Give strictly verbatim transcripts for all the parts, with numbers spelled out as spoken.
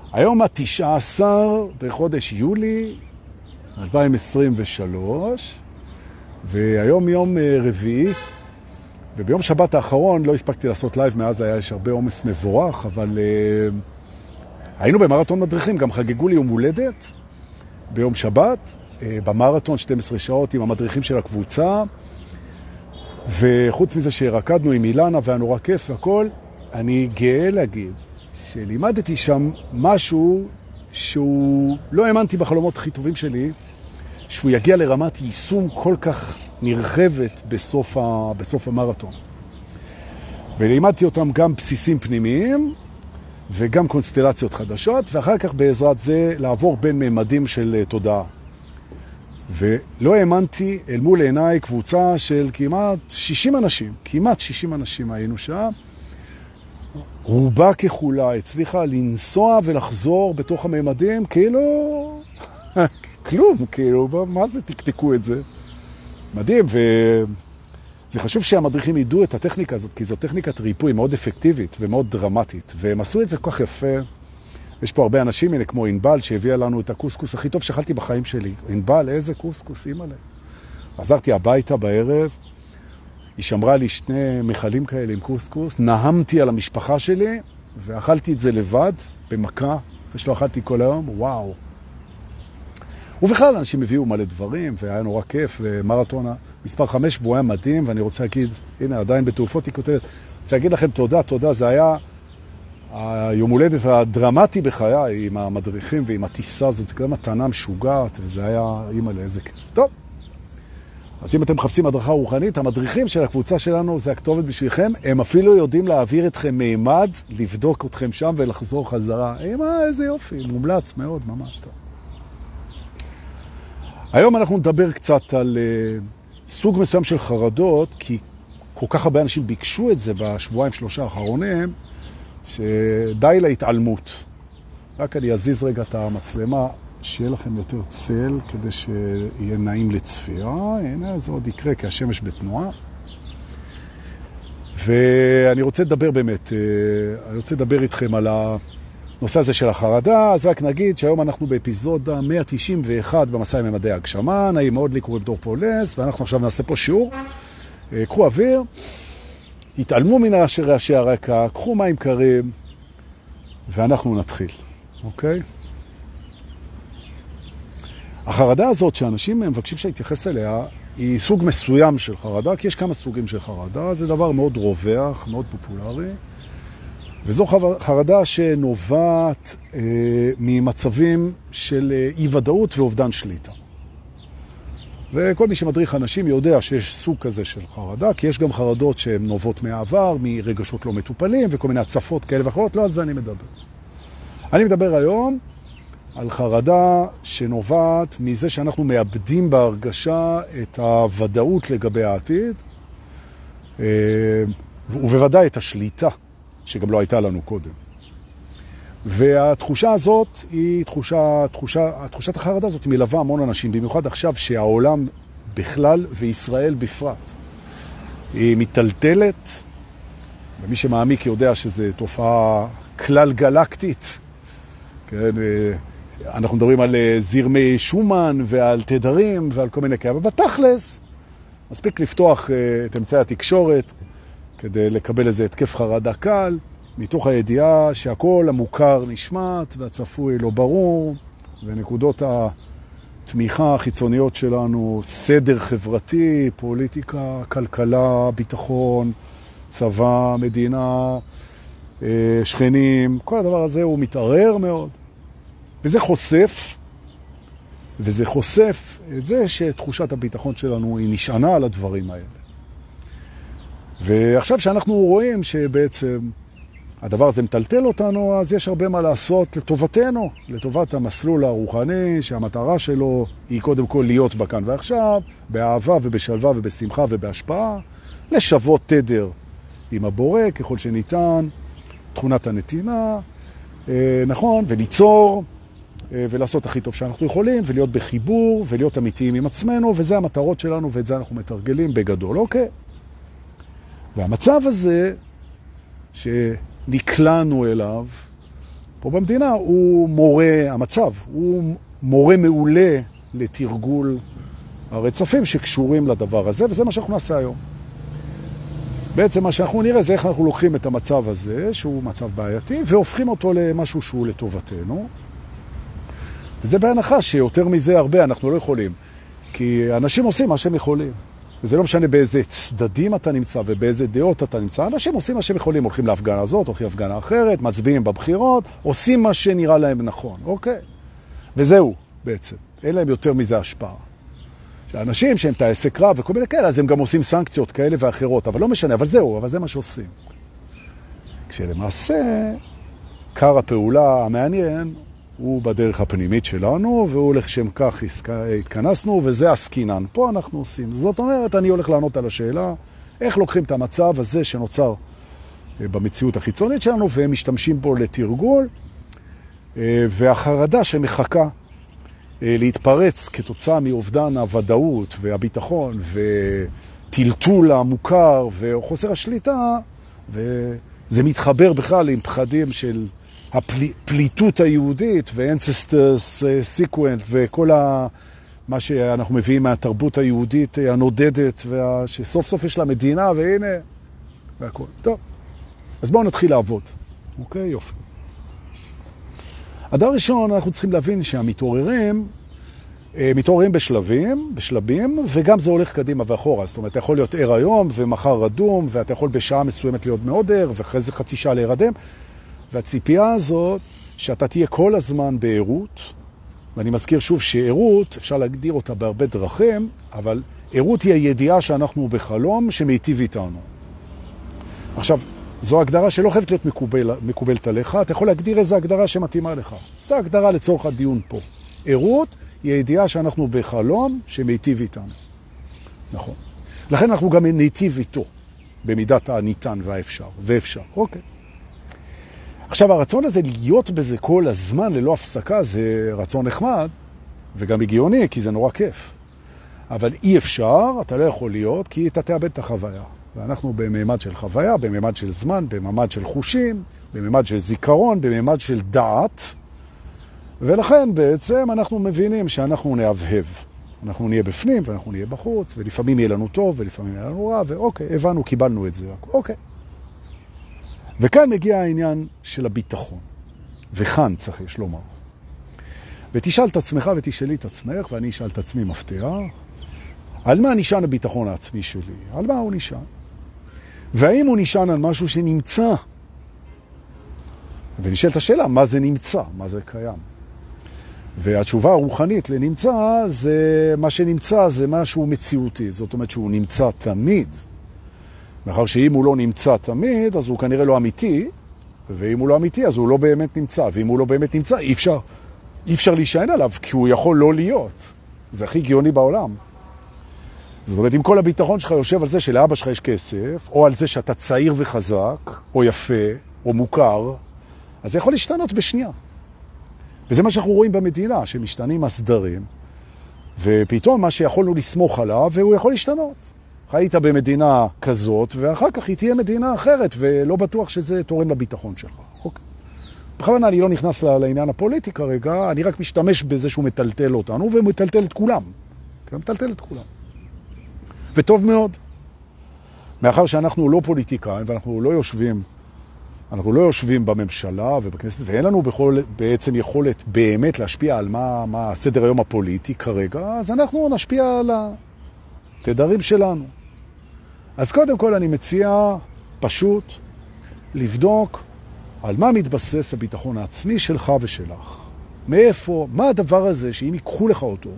היום ה-תשעה עשר בחודש יולי אלפיים עשרים ושלוש, והיום יום רביעי, וביום שבת האחרון לא הספקתי לעשות לייב, מאז היה יש הרבה עומס מבורך, אבל uh, היינו במרתון מדריכים, גם חגגו לי יום הולדת ביום שבת, uh, במרתון שתים עשרה שעות עם המדריכים של הקבוצה, וחוץ מזה שרקדנו עם אילנה והיה נורא כיף והכל, אני גאה להגיד שלימדתי שם משהו שהוא לא האמנתי בחלומות הכי טובים שלי, שהוא יגיע לרמת יישום כל כך נרחבת בסוף, ה... בסוף המרתון. ולימדתי אותם גם בסיסים פנימיים וגם קונסטלציות חדשות, ואחר כך בעזרת זה לעבור בין ממדים של תודעה. ולא האמנתי אל מול עיניי קבוצה של כמעט שישים אנשים, כמעט שישים אנשים היינו שם, רובה ככולה הצליחה לנסוע ולחזור בתוך הממדים, כאילו כלום, כאילו, מה זה תקתקו את זה? מדהים, וזה חשוב שהמדריכים ידעו את הטכניקה הזאת, כי זו טכניקת ריפוי מאוד אפקטיבית ומאוד דרמטית, והם עשו את זה כל כך יפה. יש פה הרבה אנשים, הנה, כמו אינבל, שהביאה לנו את הקוסקוס הכי טוב שאכלתי בחיים שלי. אינבל, איזה קוסקוס, אימא'לה. עזרתי הביתה בערב, היא שמרה לי שני מחלים כאלה עם קוסקוס, נהמתי על המשפחה שלי, ואכלתי את זה לבד, במכה, ושלא אכלתי כל היום, וואו. ובכלל, אנשים הביאו מלא דברים, והיה נורא כיף, ומרתון מספר חמש, והוא היה מדהים, ואני רוצה להגיד, הנה, עדיין בתעופות היא כותבת, רוצה להגיד לכם תודה, תודה, זה היה היום הולדת הדרמטי בחיי, עם המדריכים ועם הטיסה, זה גם מתנה משוגעת, וזה היה, אימא'לה, איזה כיף. טוב. אז אם אתם מחפשים הדרכה רוחנית, המדריכים של הקבוצה שלנו זה הכתובת בשבילכם, הם אפילו יודעים להעביר אתכם מימד, לבדוק אתכם שם ולחזור חזרה. אימא, איזה יופי, מומלץ מאוד, ממש טוב. היום אנחנו נדבר קצת על uh, סוג מסוים של חרדות, כי כל כך הרבה אנשים ביקשו את זה בשבועיים שלושה האחרונים, שדי להתעלמות. רק אני אזיז רגע את המצלמה, שיהיה לכם יותר צל, כדי שיהיה נעים לצפייה. הנה, זה עוד יקרה, כי השמש בתנועה. ואני רוצה לדבר באמת, אני רוצה לדבר איתכם על הנושא הזה של החרדה. אז רק נגיד שהיום אנחנו באפיזודה מאה תשעים ואחת במסע עם ממדי ההגשמה. נעים מאוד לי, קוראים דור פולס, ואנחנו עכשיו נעשה פה שיעור. קחו אוויר, התעלמו מן רעשי הרקע, קחו מים קרים, ואנחנו נתחיל. אוקיי? החרדה הזאת שאנשים מבקשים שיתייחס אליה היא סוג מסוים של חרדה, כי יש כמה סוגים של חרדה, זה דבר מאוד רווח, מאוד פופולרי, וזו חרדה שנובעת אה, ממצבים של אה, אי-ודאות ואובדן שליטה. וכל מי שמדריך אנשים יודע שיש סוג כזה של חרדה, כי יש גם חרדות שהן נובעות מהעבר, מרגשות לא מטופלים וכל מיני הצפות כאלה ואחרות, לא על זה אני מדבר. אני מדבר היום על חרדה שנובעת מזה שאנחנו מאבדים בהרגשה את הוודאות לגבי העתיד, ובוודאי את השליטה, שגם לא הייתה לנו קודם. והתחושה הזאת היא תחושה, תחושה, תחושת החרדה הזאת היא מלווה המון אנשים, במיוחד עכשיו שהעולם בכלל וישראל בפרט. היא מטלטלת, ומי שמעמיק יודע שזו תופעה כלל גלקטית, כן, אנחנו מדברים על זרמי שומן ועל תדרים ועל כל מיני כאלה, אבל בתכלס מספיק לפתוח את אמצעי התקשורת כדי לקבל איזה התקף חרדה קל, מתוך הידיעה שהכל המוכר נשמט והצפוי לא ברור, ונקודות התמיכה החיצוניות שלנו, סדר חברתי, פוליטיקה, כלכלה, ביטחון, צבא, מדינה, שכנים, כל הדבר הזה הוא מתערער מאוד. וזה חושף, וזה חושף את זה שתחושת הביטחון שלנו היא נשענה על הדברים האלה. ועכשיו שאנחנו רואים שבעצם הדבר הזה מטלטל אותנו, אז יש הרבה מה לעשות לטובתנו, לטובת המסלול הרוחני, שהמטרה שלו היא קודם כל להיות בכאן ועכשיו, באהבה ובשלווה ובשמחה ובהשפעה, לשוות תדר עם הבורא ככל שניתן, תכונת הנתינה, נכון, וליצור ולעשות הכי טוב שאנחנו יכולים, ולהיות בחיבור ולהיות אמיתיים עם עצמנו, וזה המטרות שלנו, ואת זה אנחנו מתרגלים בגדול, אוקיי? והמצב הזה שנקלענו אליו, פה במדינה הוא מורה, המצב, הוא מורה מעולה לתרגול הרצפים שקשורים לדבר הזה, וזה מה שאנחנו נעשה היום. בעצם מה שאנחנו נראה זה איך אנחנו לוקחים את המצב הזה, שהוא מצב בעייתי, והופכים אותו למשהו שהוא לטובתנו. וזה בהנחה שיותר מזה הרבה אנחנו לא יכולים. כי אנשים עושים מה שהם יכולים. וזה לא משנה באיזה צדדים אתה נמצא ובאיזה דעות אתה נמצא. אנשים עושים מה שהם יכולים, הולכים להפגנה הזאת, הולכים להפגנה אחרת, מצביעים בבחירות, עושים מה שנראה להם נכון. אוקיי. וזהו בעצם. אין להם יותר מזה השפעה. שאנשים שהם תעסק קרב וכל מיני כאלה, אז הם גם עושים סנקציות כאלה ואחרות. אבל לא משנה, אבל זהו, אבל זה מה שעושים. כשלמעשה, קר הפעולה המעניין הוא בדרך הפנימית שלנו, והוא לשם כך התכנסנו, וזה הסקינן. פה אנחנו עושים. זאת אומרת, אני הולך לענות על השאלה, איך לוקחים את המצב הזה שנוצר במציאות החיצונית שלנו, והם משתמשים בו לתרגול, והחרדה שמחכה להתפרץ כתוצאה מאובדן הוודאות והביטחון, וטלטול המוכר וחוסר השליטה, וזה מתחבר בכלל עם פחדים של הפליטות היהודית ו-ancestors sequence וכל ה... מה שאנחנו מביאים מהתרבות היהודית הנודדת, שסוף סוף יש לה מדינה, והנה, והכל. טוב, אז בואו נתחיל לעבוד. אוקיי, יופי. הדבר ראשון, אנחנו צריכים להבין שהמתעוררים, מתעוררים בשלבים, בשלבים, וגם זה הולך קדימה ואחורה. זאת אומרת, אתה יכול להיות ער היום ומחר רדום, ואתה יכול בשעה מסוימת להיות מאוד ער, ואחרי זה חצי שעה להירדם. והציפייה הזאת, שאתה תהיה כל הזמן בעירות, ואני מזכיר שוב שעירות, אפשר להגדיר אותה בהרבה דרכים, אבל עירות היא הידיעה שאנחנו בחלום שמיטיב איתנו. עכשיו, זו הגדרה שלא חייבת להיות מקובל, מקובלת עליך, אתה יכול להגדיר איזו הגדרה שמתאימה לך. זו הגדרה לצורך הדיון פה. עירות היא הידיעה שאנחנו בחלום שמיטיב איתנו. נכון. לכן אנחנו גם ניטיב איתו, במידת הניתן והאפשר, ואפשר. אוקיי. עכשיו, הרצון הזה להיות בזה כל הזמן ללא הפסקה, זה רצון נחמד, וגם הגיוני, כי זה נורא כיף. אבל אי אפשר, אתה לא יכול להיות, כי אתה תאבד את החוויה. ואנחנו בממד של חוויה, בממד של זמן, בממד של חושים, בממד של זיכרון, בממד של דעת. ולכן בעצם אנחנו מבינים שאנחנו נאבהב. אנחנו נהיה בפנים ואנחנו נהיה בחוץ, ולפעמים יהיה לנו טוב ולפעמים יהיה לנו רע, ואוקיי, הבנו, קיבלנו את זה. אוקיי. וכאן מגיע העניין של הביטחון. וכאן צריך יש לומר. ותשאל את עצמך ותשאלי את עצמך, ואני אשאל את עצמי מפתיע, על מה נשען הביטחון העצמי שלי? על מה הוא נשען? והאם הוא נשען על משהו שנמצא? ונשאל את השאלה, מה זה נמצא? מה זה קיים? והתשובה הרוחנית לנמצא, זה מה שנמצא זה משהו מציאותי. זאת אומרת שהוא נמצא תמיד. מאחר שאם הוא לא נמצא תמיד, אז הוא כנראה לא אמיתי, ואם הוא לא אמיתי, אז הוא לא באמת נמצא. ואם הוא לא באמת נמצא, אי אפשר, אי אפשר להישען עליו, כי הוא יכול לא להיות. זה הכי גיוני בעולם. זאת אומרת, אם כל הביטחון שלך יושב על זה שלאבא שלך יש כסף, או על זה שאתה צעיר וחזק, או יפה, או מוכר, אז זה יכול להשתנות בשנייה. וזה מה שאנחנו רואים במדינה, שמשתנים הסדרים, ופתאום מה שיכולנו לסמוך עליו, והוא יכול להשתנות. חיית במדינה כזאת, ואחר כך היא תהיה מדינה אחרת, ולא בטוח שזה תורם לביטחון שלך. אוקיי. בכוונה אני לא נכנס לעניין הפוליטי כרגע, אני רק משתמש בזה שהוא מטלטל אותנו, ומטלטל את כולם. גם מטלטל את כולם. וטוב מאוד. מאחר שאנחנו לא פוליטיקאים, ואנחנו לא יושבים, אנחנו לא יושבים בממשלה ובכנסת, ואין לנו בכל, בעצם יכולת באמת להשפיע על מה, מה סדר היום הפוליטי כרגע, אז אנחנו נשפיע על התדרים שלנו. אז קודם כל אני מציע פשוט לבדוק על מה מתבסס הביטחון העצמי שלך ושלך. מאיפה, מה הדבר הזה שאם ייקחו לך אותו,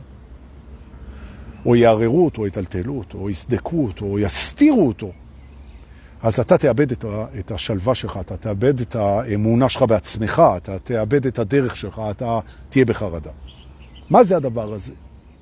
או יעררו אותו, או יטלטלו אותו, או יסדקו אותו, או יסתירו אותו, אז אתה תאבד את, ה, את השלווה שלך, אתה תאבד את האמונה שלך בעצמך, אתה תאבד את הדרך שלך, אתה תהיה בחרדה. מה זה הדבר הזה?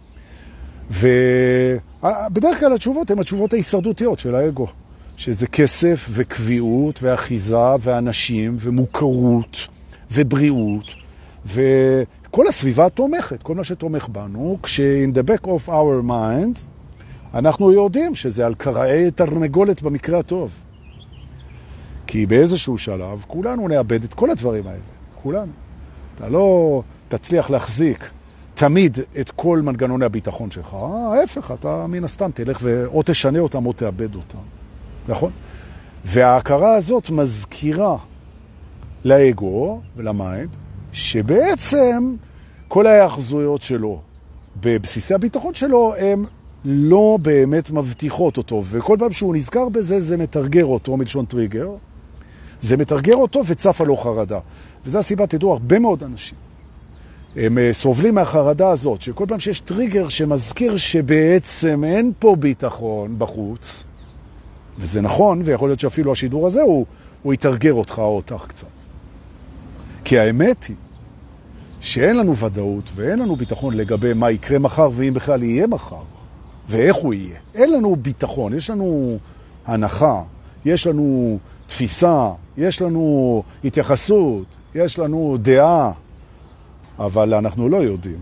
ובדרך כלל התשובות הן התשובות ההישרדותיות של האגו, שזה כסף וקביעות ואחיזה ואנשים ומוכרות ובריאות וכל הסביבה התומכת, כל מה שתומך בנו, כש-in the back of our mind אנחנו יודעים שזה על קראי תרנגולת במקרה הטוב. כי באיזשהו שלב כולנו נאבד את כל הדברים האלה. כולנו. אתה לא תצליח להחזיק תמיד את כל מנגנוני הביטחון שלך. ההפך, אתה מן הסתם תלך או תשנה אותם או תאבד אותם. נכון? וההכרה הזאת מזכירה לאגו ולמיינד, שבעצם כל ההאחזויות שלו בבסיסי הביטחון שלו הם לא באמת מבטיחות אותו, וכל פעם שהוא נזכר בזה זה מתרגר אותו, מלשון טריגר, זה מתרגר אותו וצפה לו חרדה. וזו הסיבה, תדעו, הרבה מאוד אנשים הם סובלים מהחרדה הזאת, שכל פעם שיש טריגר שמזכיר שבעצם אין פה ביטחון בחוץ, וזה נכון, ויכול להיות שאפילו השידור הזה הוא, הוא יתרגר אותך או אותך קצת. כי האמת היא שאין לנו ודאות ואין לנו ביטחון לגבי מה יקרה מחר ואם בכלל יהיה מחר ואיך הוא יהיה. אין לנו ביטחון, יש לנו הנחה, יש לנו תפיסה, יש לנו התייחסות, יש לנו דעה, אבל אנחנו לא יודעים.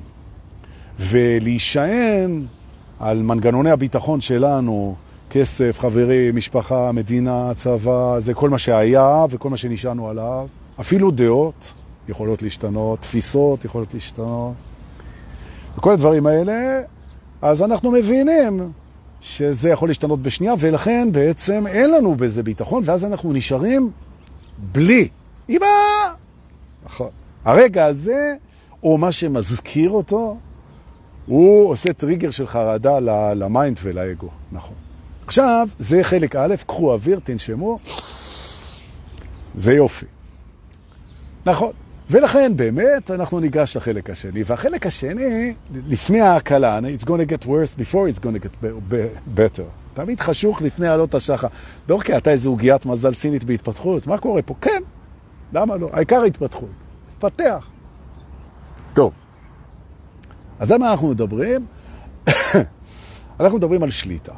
ולהישען על מנגנוני הביטחון שלנו, כסף, חברים, משפחה, מדינה, צבא, זה כל מה שהיה וכל מה שנשענו עליו. אפילו דעות יכולות להשתנות, תפיסות יכולות להשתנות. וכל הדברים האלה, אז אנחנו מבינים שזה יכול להשתנות בשנייה, ולכן בעצם אין לנו בזה ביטחון, ואז אנחנו נשארים בלי. אימא! נכון. הרגע הזה, או מה שמזכיר אותו, הוא עושה טריגר של חרדה למיינד ולאגו. נכון. עכשיו, זה חלק א', קחו אוויר, תנשמו. זה יופי. נכון. ולכן באמת אנחנו ניגש לחלק השני. והחלק השני, לפני ההקלה, it's going to get worse before it's going to get better. תמיד חשוך לפני עלות השחר. דורקי, אתה איזו עוגיית מזל סינית בהתפתחות. מה קורה פה? כן. למה לא? העיקר התפתחות. פתח. טוב. אז על מה אנחנו מדברים? אנחנו מדברים על שליטה.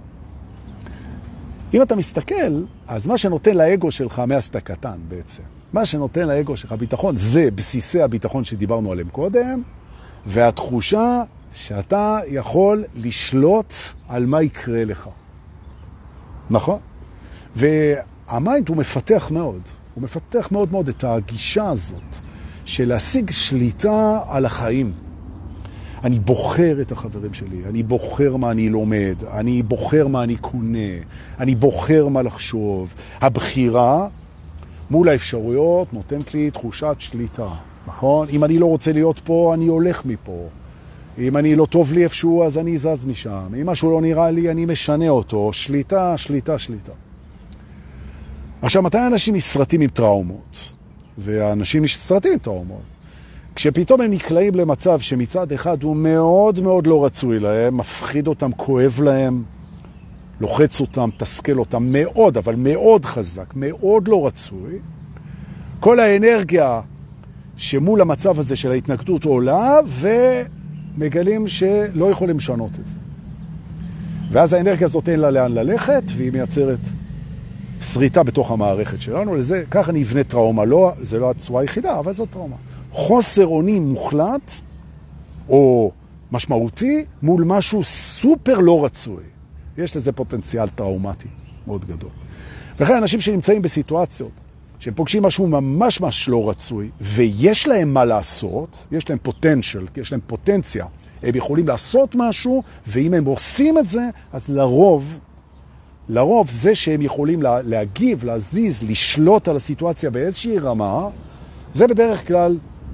אם אתה מסתכל, אז מה שנותן לאגו שלך מאז שאתה קטן בעצם, מה שנותן לאגו שלך ביטחון, זה בסיסי הביטחון שדיברנו עליהם קודם, והתחושה שאתה יכול לשלוט על מה יקרה לך. נכון? והמיינד הוא מפתח מאוד, הוא מפתח מאוד מאוד את הגישה הזאת, של להשיג שליטה על החיים. אני בוחר את החברים שלי, אני בוחר מה אני לומד, אני בוחר מה אני קונה, אני בוחר מה לחשוב. הבחירה מול האפשרויות נותנת לי תחושת שליטה, נכון? אם אני לא רוצה להיות פה, אני הולך מפה. אם אני לא טוב לי איפשהו, אז אני זז משם. אם משהו לא נראה לי, אני משנה אותו. שליטה, שליטה, שליטה. עכשיו, מתי אנשים מסרטים עם טראומות? והאנשים מסרטים עם טראומות. כשפתאום הם נקלעים למצב שמצד אחד הוא מאוד מאוד לא רצוי להם, מפחיד אותם, כואב להם, לוחץ אותם, תסכל אותם מאוד, אבל מאוד חזק, מאוד לא רצוי. כל האנרגיה שמול המצב הזה של ההתנגדות עולה, ומגלים שלא יכולים לשנות את זה. ואז האנרגיה הזאת אין לה לאן ללכת, והיא מייצרת שריטה בתוך המערכת שלנו. לזה, ככה נבנה טראומה. לא, זה לא הצורה היחידה, אבל זו טראומה. חוסר אונים מוחלט או משמעותי מול משהו סופר לא רצוי. יש לזה פוטנציאל טראומטי מאוד גדול. ולכן אנשים שנמצאים בסיטואציות שהם פוגשים משהו ממש ממש לא רצוי ויש להם מה לעשות, יש להם פוטנציאל, יש להם פוטנציה, הם יכולים לעשות משהו, ואם הם עושים את זה, אז לרוב, לרוב זה שהם יכולים להגיב, להזיז, לשלוט על הסיטואציה באיזושהי רמה, זה בדרך כלל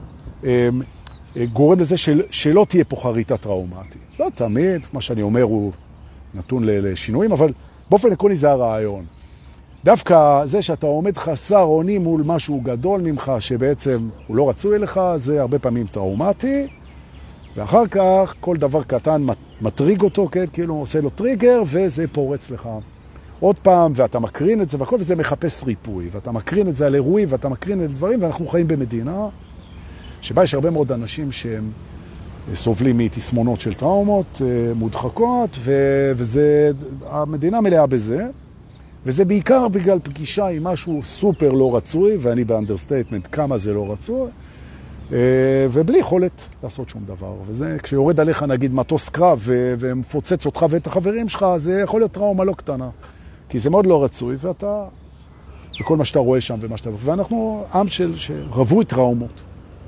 גורם לזה של, שלא תהיה פה חריטה טראומטית. לא תמיד, מה שאני אומר הוא נתון לשינויים, אבל באופן עקרוני זה הרעיון. דווקא זה שאתה עומד חסר אונים מול משהו גדול ממך, שבעצם הוא לא רצוי לך, זה הרבה פעמים טראומטי, ואחר כך כל דבר קטן מטריג אותו, כן? כאילו עושה לו טריגר, וזה פורץ לך עוד פעם, ואתה מקרין את זה, והכל, וזה מחפש ריפוי, ואתה מקרין את זה על אירועים, ואתה מקרין את דברים, ואנחנו חיים במדינה שבה יש הרבה מאוד אנשים שהם סובלים מתסמונות של טראומות מודחקות, וזה, המדינה מלאה בזה, וזה בעיקר בגלל פגישה עם משהו סופר לא רצוי, ואני באנדרסטייטמנט כמה זה לא רצוי, ובלי יכולת לעשות שום דבר. וזה, כשיורד עליך נגיד מטוס קרב ומפוצץ אותך ואת החברים שלך, זה יכול להיות טראומה לא קטנה, כי זה מאוד לא רצוי, ואתה וכל מה שאתה רואה שם ומה שאתה... ואנחנו עם של... שרבו את טראומות.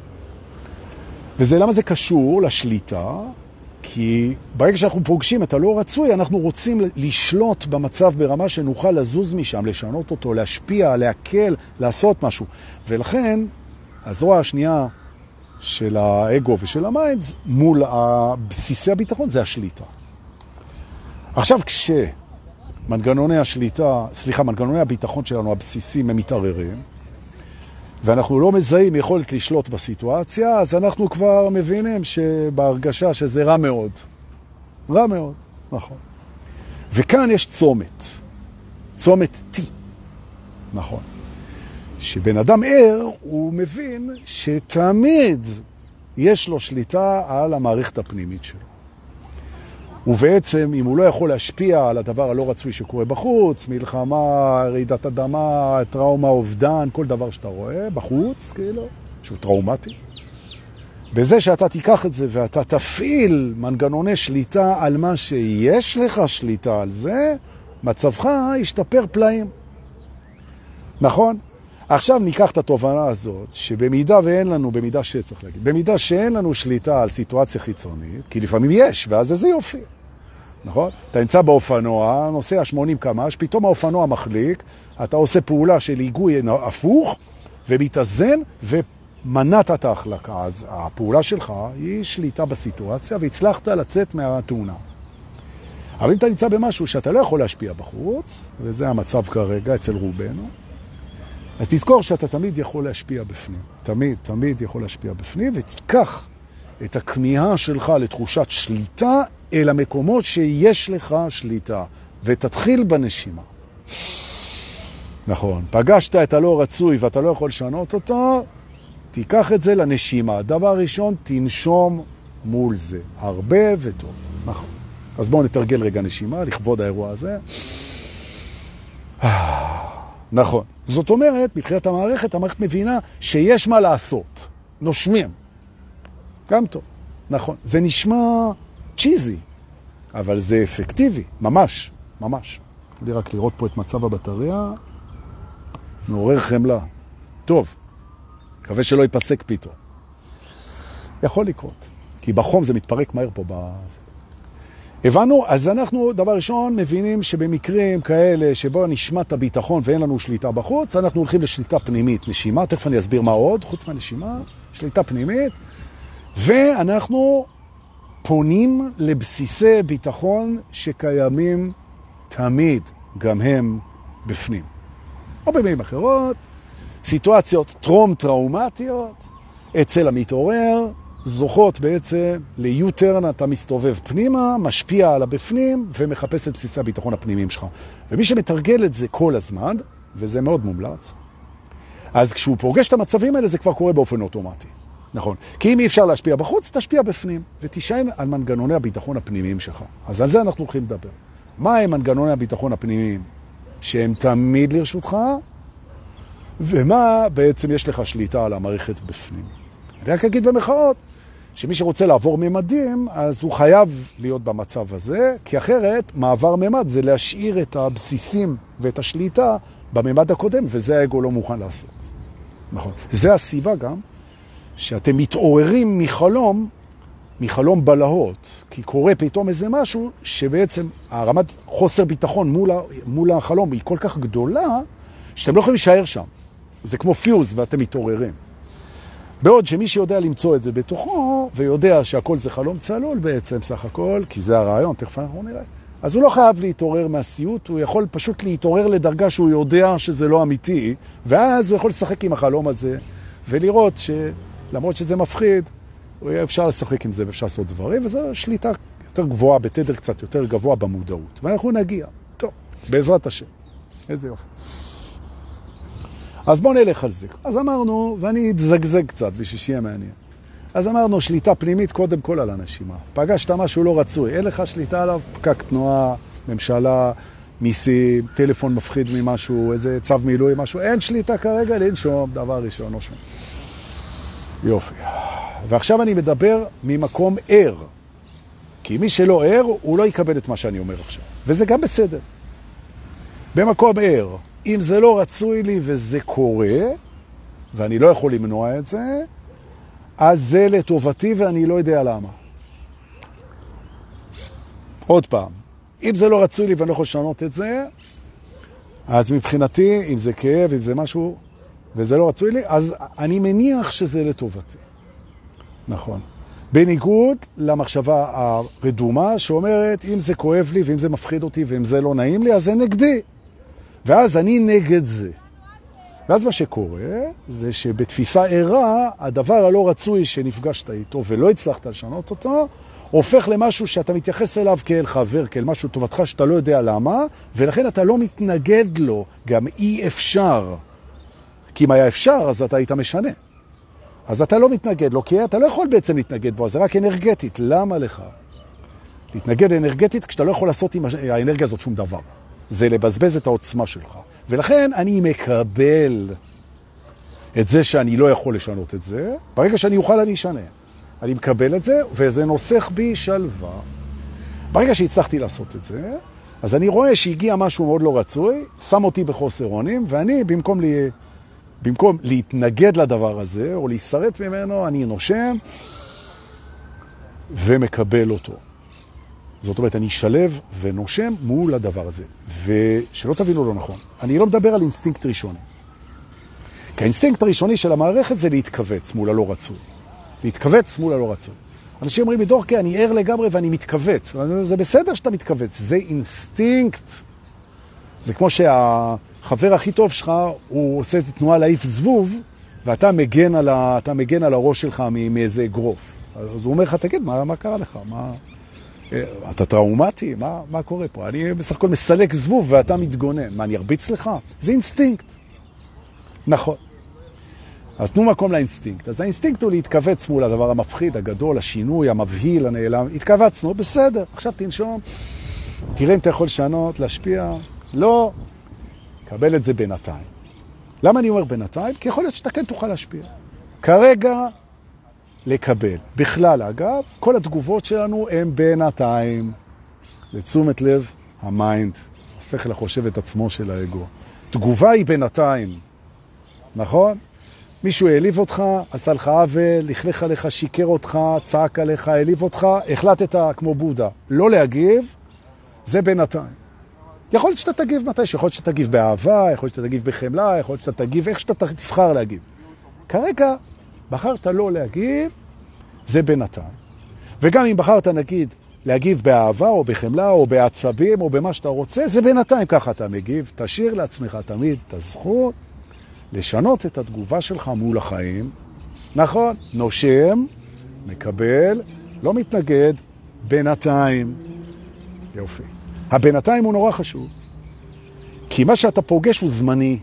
וזה למה זה קשור לשליטה, כי ברגע שאנחנו פוגשים את הלא רצוי, אנחנו רוצים לשלוט במצב ברמה שנוכל לזוז משם, לשנות אותו, להשפיע, להקל, לעשות משהו. ולכן, הזרוע השנייה של האגו ושל המיינד, מול בסיסי הביטחון, זה השליטה. עכשיו, כשמנגנוני השליטה, סליחה, מנגנוני הביטחון שלנו, הבסיסים, הם מתערערים, ואנחנו לא מזהים יכולת לשלוט בסיטואציה, אז אנחנו כבר מבינים שבהרגשה שזה רע מאוד. רע מאוד, נכון. וכאן יש צומת. צומת T. נכון. שבן אדם ער, הוא מבין שתמיד יש לו שליטה על המערכת הפנימית שלו. ובעצם, אם הוא לא יכול להשפיע על הדבר הלא רצוי שקורה בחוץ, מלחמה, רעידת אדמה, טראומה, אובדן, כל דבר שאתה רואה בחוץ, כאילו, שהוא טראומטי. בזה שאתה תיקח את זה ואתה תפעיל מנגנוני שליטה על מה שיש לך שליטה על זה, מצבך ישתפר פלאים. נכון? עכשיו ניקח את התובנה הזאת, שבמידה ואין לנו, במידה שצריך להגיד, במידה שאין לנו שליטה על סיטואציה חיצונית, כי לפעמים יש, ואז זה יופי. נכון? אתה נמצא באופנוע, נוסע שמונים קמ"ש, פתאום האופנוע מחליק, אתה עושה פעולה של היגוי הפוך, ומתאזן, ומנעת את ההחלקה. אז הפעולה שלך היא שליטה בסיטואציה, והצלחת לצאת מהתאונה. אבל אם אתה נמצא במשהו שאתה לא יכול להשפיע בחוץ, וזה המצב כרגע אצל רובנו, אז תזכור שאתה תמיד יכול להשפיע בפנים. תמיד, תמיד יכול להשפיע בפנים, ותיקח את הכמיהה שלך לתחושת שליטה אל המקומות שיש לך שליטה, ותתחיל בנשימה. נכון, פגשת את הלא רצוי ואתה לא יכול לשנות אותו, תיקח את זה לנשימה. דבר ראשון, תנשום מול זה. הרבה וטוב. נכון. אז בואו נתרגל רגע נשימה לכבוד האירוע הזה. נכון. זאת אומרת, מבחינת המערכת, המערכת מבינה שיש מה לעשות. נושמים. גם טוב. נכון. זה נשמע צ'יזי, אבל זה אפקטיבי. ממש. ממש. לי רק לראות פה את מצב הבטריה. מעורר חמלה. טוב. מקווה שלא ייפסק פתאום. יכול לקרות. כי בחום זה מתפרק מהר פה בזה. הבנו? אז אנחנו, דבר ראשון, מבינים שבמקרים כאלה שבו נשמע את הביטחון ואין לנו שליטה בחוץ, אנחנו הולכים לשליטה פנימית, נשימה, תכף אני אסביר מה עוד, חוץ מהנשימה, שליטה פנימית, ואנחנו פונים לבסיסי ביטחון שקיימים תמיד, גם הם בפנים. או במילים אחרות, סיטואציות טרום-טראומטיות, אצל המתעורר, זוכות בעצם ליוטרן, אתה מסתובב פנימה, משפיע על הבפנים ומחפש את בסיסי הביטחון הפנימיים שלך. ומי שמתרגל את זה כל הזמן, וזה מאוד מומלץ, אז כשהוא פוגש את המצבים האלה זה כבר קורה באופן אוטומטי. נכון. כי אם אי אפשר להשפיע בחוץ, תשפיע בפנים ותישען על מנגנוני הביטחון הפנימיים שלך. אז על זה אנחנו הולכים לדבר. מה הם מנגנוני הביטחון הפנימיים? שהם תמיד לרשותך, ומה בעצם יש לך שליטה על המערכת בפנים. אני רק אגיד במחאות, שמי שרוצה לעבור ממדים, אז הוא חייב להיות במצב הזה, כי אחרת מעבר ממד זה להשאיר את הבסיסים ואת השליטה בממד הקודם, וזה האגו לא מוכן לעשות. נכון. זה הסיבה גם שאתם מתעוררים מחלום, מחלום בלהות, כי קורה פתאום איזה משהו שבעצם הרמת חוסר ביטחון מול, מול החלום היא כל כך גדולה, שאתם לא יכולים להישאר שם. זה כמו פיוז ואתם מתעוררים. בעוד שמי שיודע למצוא את זה בתוכו, ויודע שהכל זה חלום צלול בעצם סך הכל, כי זה הרעיון, תכף אנחנו נראה. אז הוא לא חייב להתעורר מהסיוט, הוא יכול פשוט להתעורר לדרגה שהוא יודע שזה לא אמיתי, ואז הוא יכול לשחק עם החלום הזה, ולראות שלמרות שזה מפחיד, אפשר לשחק עם זה ואפשר לעשות דברים, וזו שליטה יותר גבוהה, בתדר קצת יותר גבוה במודעות. ואנחנו נגיע. טוב, בעזרת השם. איזה יופי. אז בואו נלך על זה. אז אמרנו, ואני אתזגזג קצת בשביל שיהיה מעניין. אז אמרנו, שליטה פנימית קודם כל על הנשימה. פגשת משהו לא רצוי, אין לך שליטה עליו, פקק תנועה, ממשלה, מיסים, טלפון מפחיד ממשהו, איזה צו מילוי, משהו, אין שליטה כרגע, לנשום, דבר ראשון, נושם. יופי. ועכשיו אני מדבר ממקום ער. כי מי שלא ער, הוא לא יקבל את מה שאני אומר עכשיו. וזה גם בסדר. במקום ער. אם זה לא רצוי לי וזה קורה, ואני לא יכול למנוע את זה, אז זה לטובתי ואני לא יודע למה. עוד פעם, אם זה לא רצוי לי ואני לא יכול לשנות את זה, אז מבחינתי, אם זה כאב, אם זה משהו, וזה לא רצוי לי, אז אני מניח שזה לטובתי. נכון. בניגוד למחשבה הרדומה שאומרת, אם זה כואב לי ואם זה מפחיד אותי ואם זה לא נעים לי, אז זה נגדי. ואז אני נגד זה. ואז מה שקורה זה שבתפיסה ערה, הדבר הלא רצוי שנפגשת איתו ולא הצלחת לשנות אותו, הופך למשהו שאתה מתייחס אליו כאל חבר, כאל משהו טובתך שאתה לא יודע למה, ולכן אתה לא מתנגד לו, גם אי אפשר. כי אם היה אפשר, אז אתה היית משנה. אז אתה לא מתנגד לו, כי אתה לא יכול בעצם להתנגד בו, זה רק אנרגטית. למה לך? להתנגד אנרגטית כשאתה לא יכול לעשות עם האנרגיה הזאת שום דבר. זה לבזבז את העוצמה שלך. ולכן אני מקבל את זה שאני לא יכול לשנות את זה. ברגע שאני אוכל אני אשנה. אני מקבל את זה, וזה נוסח בי שלווה. ברגע שהצלחתי לעשות את זה, אז אני רואה שהגיע משהו מאוד לא רצוי, שם אותי בחוסר אונים, ואני במקום, לי, במקום להתנגד לדבר הזה, או להישרט ממנו, אני נושם ומקבל אותו. זאת אומרת, אני שלב ונושם מול הדבר הזה. ושלא תבינו לא נכון, אני לא מדבר על אינסטינקט ראשוני. כי האינסטינקט הראשוני של המערכת זה להתכווץ מול הלא רצוי. להתכווץ מול הלא רצוי. אנשים אומרים, מדורקי, אני ער לגמרי ואני מתכווץ. זה בסדר שאתה מתכווץ, זה אינסטינקט. זה כמו שהחבר הכי טוב שלך, הוא עושה איזו תנועה להעיף זבוב, ואתה מגן על, ה... אתה מגן על הראש שלך מאיזה אגרוף. אז הוא אומר לך, תגיד, מה, מה קרה לך? מה... אתה טראומטי? מה, מה קורה פה? אני בסך הכל מסלק זבוב ואתה מתגונן. מה, אני ארביץ לך? זה אינסטינקט. נכון. אז תנו מקום לאינסטינקט. אז האינסטינקט הוא להתכווץ מול הדבר המפחיד, הגדול, השינוי, המבהיל, הנעלם. התכווצנו, בסדר. עכשיו תנשום. תראה אם אתה יכול לשנות, להשפיע. לא. קבל את זה בינתיים. למה אני אומר בינתיים? כי יכול להיות שאתה כן תוכל להשפיע. כרגע לקבל. בכלל, אגב, כל התגובות שלנו הן בינתיים. לתשומת לב, המיינד, השכל החושב את עצמו של האגו. תגובה היא בינתיים. נכון? מישהו העליב אותך, עשה לך עוול, לכלך עליך, שיקר אותך, צעק עליך, העליב אותך, החלטת כמו בודה. לא להגיב, זה בינתיים. יכול להיות שאתה תגיב מתי, יכול להיות שאתה תגיב באהבה, יכול להיות שאתה תגיב בחמלה, יכול להיות שאתה תגיב איך שאתה תבחר להגיב. כרגע, בחרת לא להגיב, זה בינתיים. וגם אם בחרת נגיד להגיב באהבה או בחמלה או בעצבים או במה שאתה רוצה, זה בינתיים ככה אתה מגיב. תשאיר לעצמך תמיד את הזכות לשנות את התגובה שלך מול החיים. נכון, נושם, מקבל, לא מתנגד, בינתיים. יופי. הבינתיים הוא נורא חשוב. כי מה שאתה פוגש הוא זמני.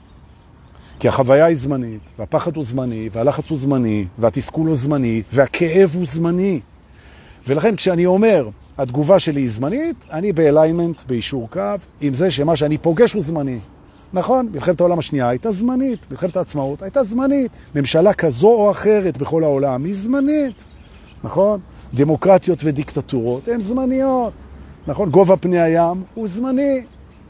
כי החוויה היא זמנית, והפחד הוא זמני, והלחץ הוא זמני, והתסכול הוא זמני, והכאב הוא זמני. ולכן כשאני אומר, התגובה שלי היא זמנית, אני באליימנט, באישור קו, עם זה שמה שאני פוגש הוא זמני. נכון? מלחמת העולם השנייה הייתה זמנית, מלחמת העצמאות הייתה זמנית. ממשלה כזו או אחרת בכל העולם היא זמנית. נכון? דמוקרטיות ודיקטטורות הן זמניות. נכון? גובה פני הים הוא זמני.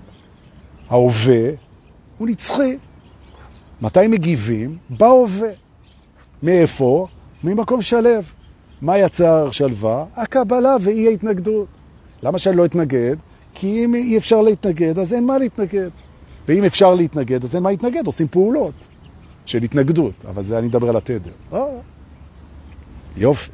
ההווה הוא נצחי. מתי מגיבים? בהווה. מאיפה? ממקום שלב. מה יצר שלווה? הקבלה ואי ההתנגדות. למה שאני לא אתנגד? כי אם אי אפשר להתנגד, אז אין מה להתנגד. ואם אפשר להתנגד, אז אין מה להתנגד. עושים פעולות של התנגדות. אבל זה אני מדבר על התדר. אה, יופי.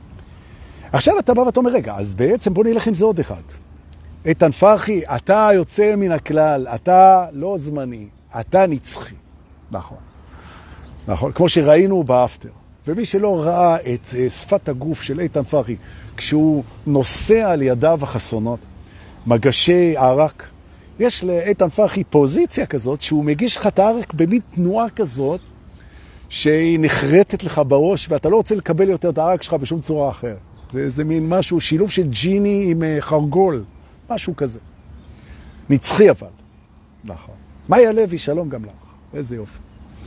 עכשיו אתה בא ואתה אומר, רגע, אז בעצם בוא נלך עם זה עוד אחד. איתן פרחי, אתה יוצא מן הכלל, אתה לא זמני, אתה נצחי. נכון. נכון. כמו שראינו באפטר. ומי שלא ראה את שפת הגוף של איתן פרחי, כשהוא נוסע על ידיו החסונות, מגשי ערק, יש לאיתן פרחי פוזיציה כזאת, שהוא מגיש לך את הערק במין תנועה כזאת, שהיא נחרטת לך בראש, ואתה לא רוצה לקבל יותר את הערק שלך בשום צורה אחרת. זה, זה מין משהו, שילוב של ג'יני עם חרגול, משהו כזה. נצחי אבל. נכון. מאיה לוי, שלום גם לך. איזה יופי.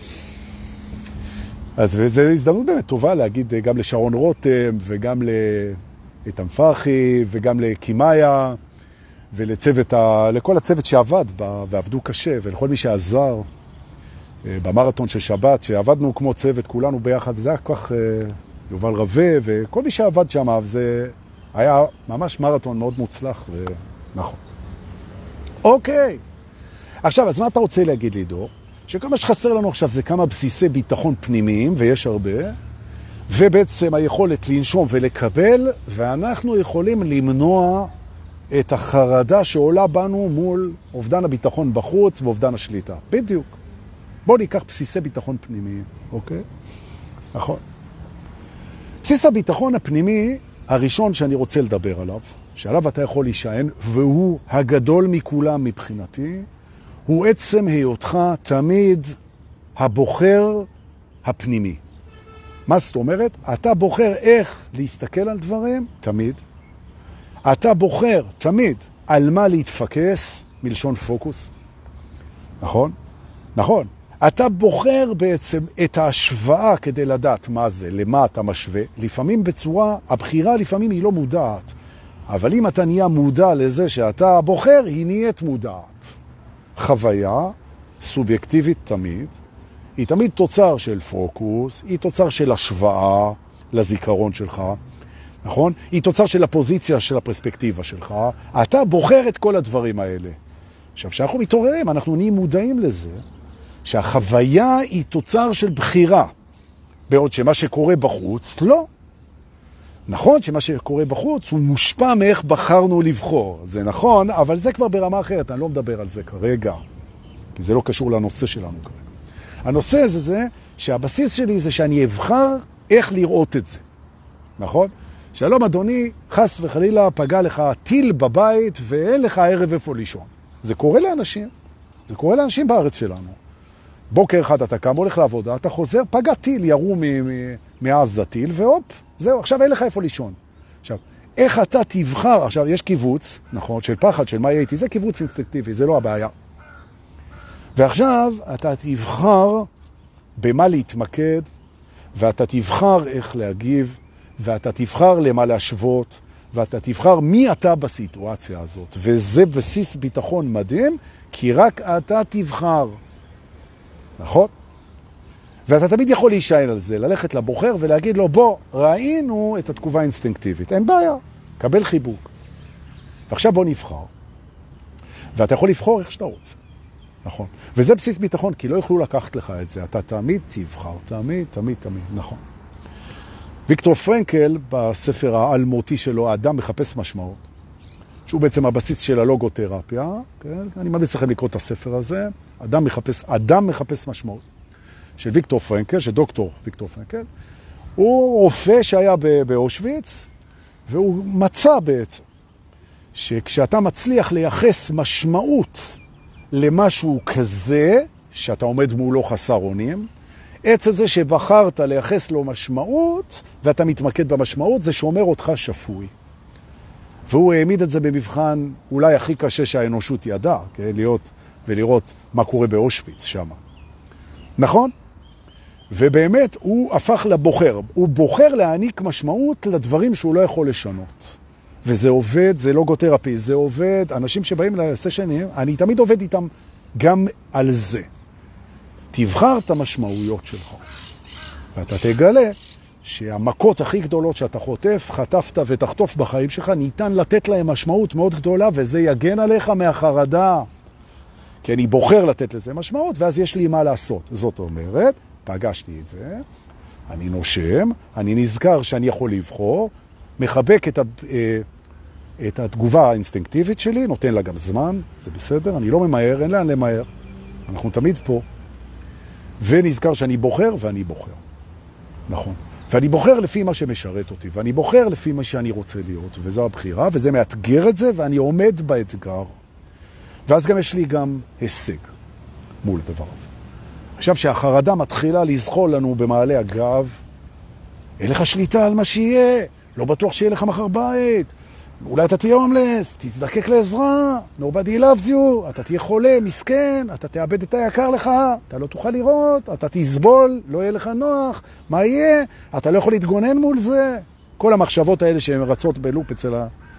אז וזו הזדמנות באמת טובה להגיד גם לשרון רותם, וגם לאיתן פרחי, וגם לקימאיה, ולצוות ה... לכל הצוות שעבד בה, ועבדו קשה, ולכל מי שעזר במרתון של שבת, שעבדנו כמו צוות, כולנו ביחד, וזה היה כך יובל רווה, וכל מי שעבד שם, זה היה ממש מרתון מאוד מוצלח, ונכון. אוקיי. עכשיו, אז מה אתה רוצה להגיד לי, דור? שכל מה שחסר לנו עכשיו זה כמה בסיסי ביטחון פנימיים, ויש הרבה, ובעצם היכולת לנשום ולקבל, ואנחנו יכולים למנוע את החרדה שעולה בנו מול אובדן הביטחון בחוץ ואובדן השליטה. בדיוק. בואו ניקח בסיסי ביטחון פנימיים, אוקיי? נכון. בסיס הביטחון הפנימי הראשון שאני רוצה לדבר עליו, שעליו אתה יכול להישען, והוא הגדול מכולם מבחינתי, הוא עצם היותך תמיד הבוחר הפנימי. מה זאת אומרת? אתה בוחר איך להסתכל על דברים, תמיד. אתה בוחר תמיד על מה להתפקס, מלשון פוקוס. נכון? נכון. אתה בוחר בעצם את ההשוואה כדי לדעת מה זה, למה אתה משווה. לפעמים בצורה, הבחירה לפעמים היא לא מודעת. אבל אם אתה נהיה מודע לזה שאתה בוחר, היא נהיית מודעת. חוויה סובייקטיבית תמיד, היא תמיד תוצר של פוקוס, היא תוצר של השוואה לזיכרון שלך, נכון? היא תוצר של הפוזיציה של הפרספקטיבה שלך. אתה בוחר את כל הדברים האלה. עכשיו, כשאנחנו מתעוררים, אנחנו נהיים מודעים לזה, שהחוויה היא תוצר של בחירה, בעוד שמה שקורה בחוץ, לא. נכון שמה שקורה בחוץ הוא מושפע מאיך בחרנו לבחור. זה נכון, אבל זה כבר ברמה אחרת, אני לא מדבר על זה כרגע, כי זה לא קשור לנושא שלנו כרגע. הנושא הזה זה שהבסיס שלי זה שאני אבחר איך לראות את זה. נכון? שלום אדוני, חס וחלילה פגע לך טיל בבית ואין לך ערב איפה לישון. זה קורה לאנשים, זה קורה לאנשים בארץ שלנו. בוקר אחד אתה קם, הולך לעבודה, אתה חוזר, פגע טיל, ירו מעזה טיל, והופ, זהו, עכשיו אין לך איפה לישון. עכשיו, איך אתה תבחר, עכשיו יש קיבוץ, נכון, של פחד, של מה הייתי, זה קיבוץ אינסטינקטיבי, זה לא הבעיה. ועכשיו אתה תבחר במה להתמקד, ואתה תבחר איך להגיב, ואתה תבחר למה להשוות, ואתה תבחר מי אתה בסיטואציה הזאת. וזה בסיס ביטחון מדהים, כי רק אתה תבחר. נכון? ואתה תמיד יכול להישען על זה, ללכת לבוחר ולהגיד לו, בוא, ראינו את התגובה האינסטינקטיבית. אין בעיה, קבל חיבוק. ועכשיו בוא נבחר. ואתה יכול לבחור איך שאתה רוצה. נכון. וזה בסיס ביטחון, כי לא יוכלו לקחת לך את זה. אתה תמיד תבחר, תמיד, תמיד, תמיד. נכון. ויקטור פרנקל, בספר האלמותי שלו, האדם מחפש משמעות, שהוא בעצם הבסיס של הלוגותרפיה, כן? אני ממליץ לכם לקרוא את הספר הזה, אדם מחפש, אדם מחפש משמעות, של ויקטור פרנקל, של דוקטור ויקטור פרנקל, הוא רופא שהיה באושוויץ, והוא מצא בעצם, שכשאתה מצליח לייחס משמעות למשהו כזה, שאתה עומד מולו חסר אונים, עצם זה שבחרת לייחס לו משמעות, ואתה מתמקד במשמעות, זה שומר אותך שפוי. והוא העמיד את זה במבחן אולי הכי קשה שהאנושות ידעה, כן? להיות ולראות מה קורה באושוויץ שם. נכון? ובאמת הוא הפך לבוחר. הוא בוחר להעניק משמעות לדברים שהוא לא יכול לשנות. וזה עובד, זה לוגותרפי, זה עובד. אנשים שבאים לסשנים, אני תמיד עובד איתם גם על זה. תבחר את המשמעויות שלך. ואתה תגלה שהמכות הכי גדולות שאתה חוטף, חטפת ותחטוף בחיים שלך, ניתן לתת להם משמעות מאוד גדולה, וזה יגן עליך מהחרדה. כי אני בוחר לתת לזה משמעות, ואז יש לי מה לעשות. זאת אומרת, פגשתי את זה, אני נושם, אני נזכר שאני יכול לבחור, מחבק את, ה, את התגובה האינסטינקטיבית שלי, נותן לה גם זמן, זה בסדר, אני לא ממהר, אין לאן למהר. אנחנו תמיד פה. ונזכר שאני בוחר, ואני בוחר. נכון. ואני בוחר לפי מה שמשרת אותי, ואני בוחר לפי מה שאני רוצה להיות, וזו הבחירה, וזה מאתגר את זה, ואני עומד באתגר. ואז גם יש לי גם הישג מול הדבר הזה. עכשיו שהחרדה מתחילה לזחול לנו במעלה הגב, אין לך שליטה על מה שיהיה, לא בטוח שיהיה לך מחר בית, אולי אתה תהיה הומלס, תזדקק לעזרה, nobody loves you, אתה תהיה חולה, מסכן, אתה תאבד את היקר לך, אתה לא תוכל לראות, אתה תסבול, לא יהיה לך נוח, מה יהיה? אתה לא יכול להתגונן מול זה. כל המחשבות האלה שהן רצות בלופ אצל, ה...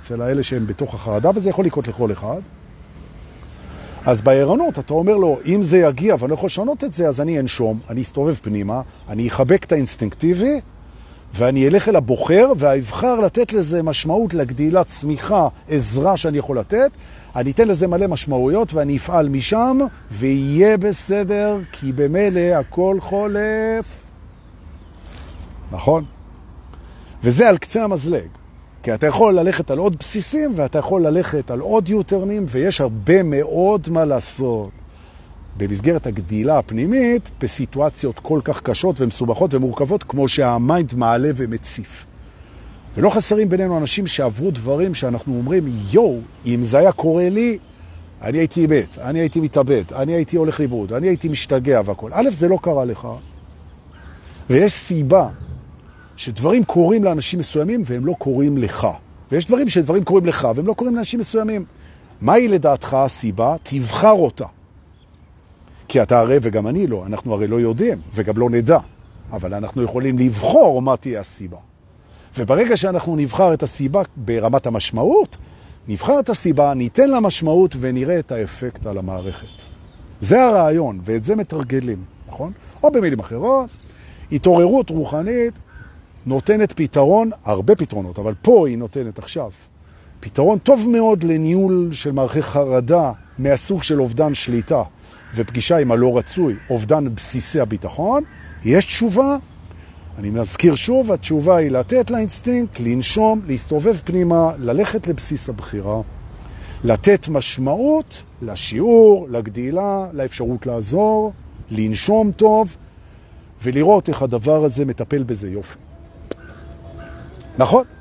אצל האלה שהם בתוך החרדה, וזה יכול לקרות לכל אחד. אז בערנות אתה אומר לו, אם זה יגיע ואני לא יכול לשנות את זה, אז אני אנשום, אני אסתובב פנימה, אני אחבק את האינסטינקטיבי, ואני אלך אל הבוחר, ואבחר לתת לזה משמעות לגדילה, צמיחה, עזרה שאני יכול לתת, אני אתן לזה מלא משמעויות, ואני אפעל משם, ויהיה בסדר, כי במילא הכל חולף. נכון? וזה על קצה המזלג. כי אתה יכול ללכת על עוד בסיסים, ואתה יכול ללכת על עוד יוטרנים, ויש הרבה מאוד מה לעשות. במסגרת הגדילה הפנימית, בסיטואציות כל כך קשות ומסובכות ומורכבות, כמו שהמיינד מעלה ומציף. ולא חסרים בינינו אנשים שעברו דברים שאנחנו אומרים, יו, אם זה היה קורה לי, אני הייתי מת, אני הייתי מתאבד, אני הייתי הולך לאיבוד, אני הייתי משתגע והכל. א', זה לא קרה לך, ויש סיבה שדברים קורים לאנשים מסוימים והם לא קורים לך. ויש דברים שדברים קורים לך והם לא קורים לאנשים מסוימים. מהי לדעתך הסיבה? תבחר אותה. כי אתה הרי, וגם אני לא, אנחנו הרי לא יודעים, וגם לא נדע. אבל אנחנו יכולים לבחור מה תהיה הסיבה. וברגע שאנחנו נבחר את הסיבה ברמת המשמעות, נבחר את הסיבה, ניתן לה משמעות ונראה את האפקט על המערכת. זה הרעיון, ואת זה מתרגלים, נכון? או במילים אחרות, התעוררות רוחנית נותנת פתרון, הרבה פתרונות, אבל פה היא נותנת עכשיו. פתרון טוב מאוד לניהול של מערכי חרדה מהסוג של אובדן שליטה. ופגישה עם הלא רצוי, אובדן בסיסי הביטחון, יש תשובה, אני מזכיר שוב, התשובה היא לתת לאינסטינקט, לנשום, להסתובב פנימה, ללכת לבסיס הבחירה, לתת משמעות לשיעור, לגדילה, לאפשרות לעזור, לנשום טוב, ולראות איך הדבר הזה מטפל בזה יופי. נכון?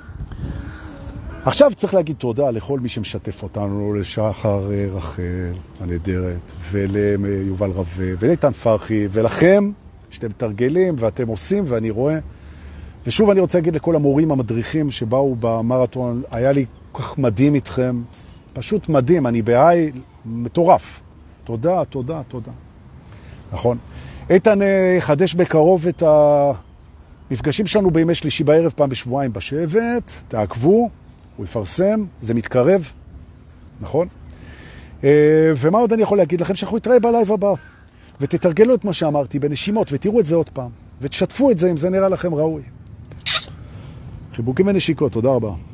עכשיו צריך להגיד תודה לכל מי שמשתף אותנו, לשחר רחל הנהדרת, וליובל רווה, וליתן פרחי, ולכם שאתם תרגלים ואתם עושים ואני רואה. ושוב אני רוצה להגיד לכל המורים המדריכים שבאו במרתון, היה לי כל כך מדהים איתכם, פשוט מדהים, אני בהיי מטורף. תודה, תודה, תודה. נכון. איתן חדש בקרוב את המפגשים שלנו בימי שלישי בערב, פעם בשבועיים בשבט, תעקבו. הוא יפרסם, זה מתקרב, נכון? ומה עוד אני יכול להגיד לכם? שאנחנו נתראה בלייב הבא, ותתרגלו את מה שאמרתי בנשימות, ותראו את זה עוד פעם, ותשתפו את זה אם זה נראה לכם ראוי. חיבוקים ונשיקות, תודה רבה.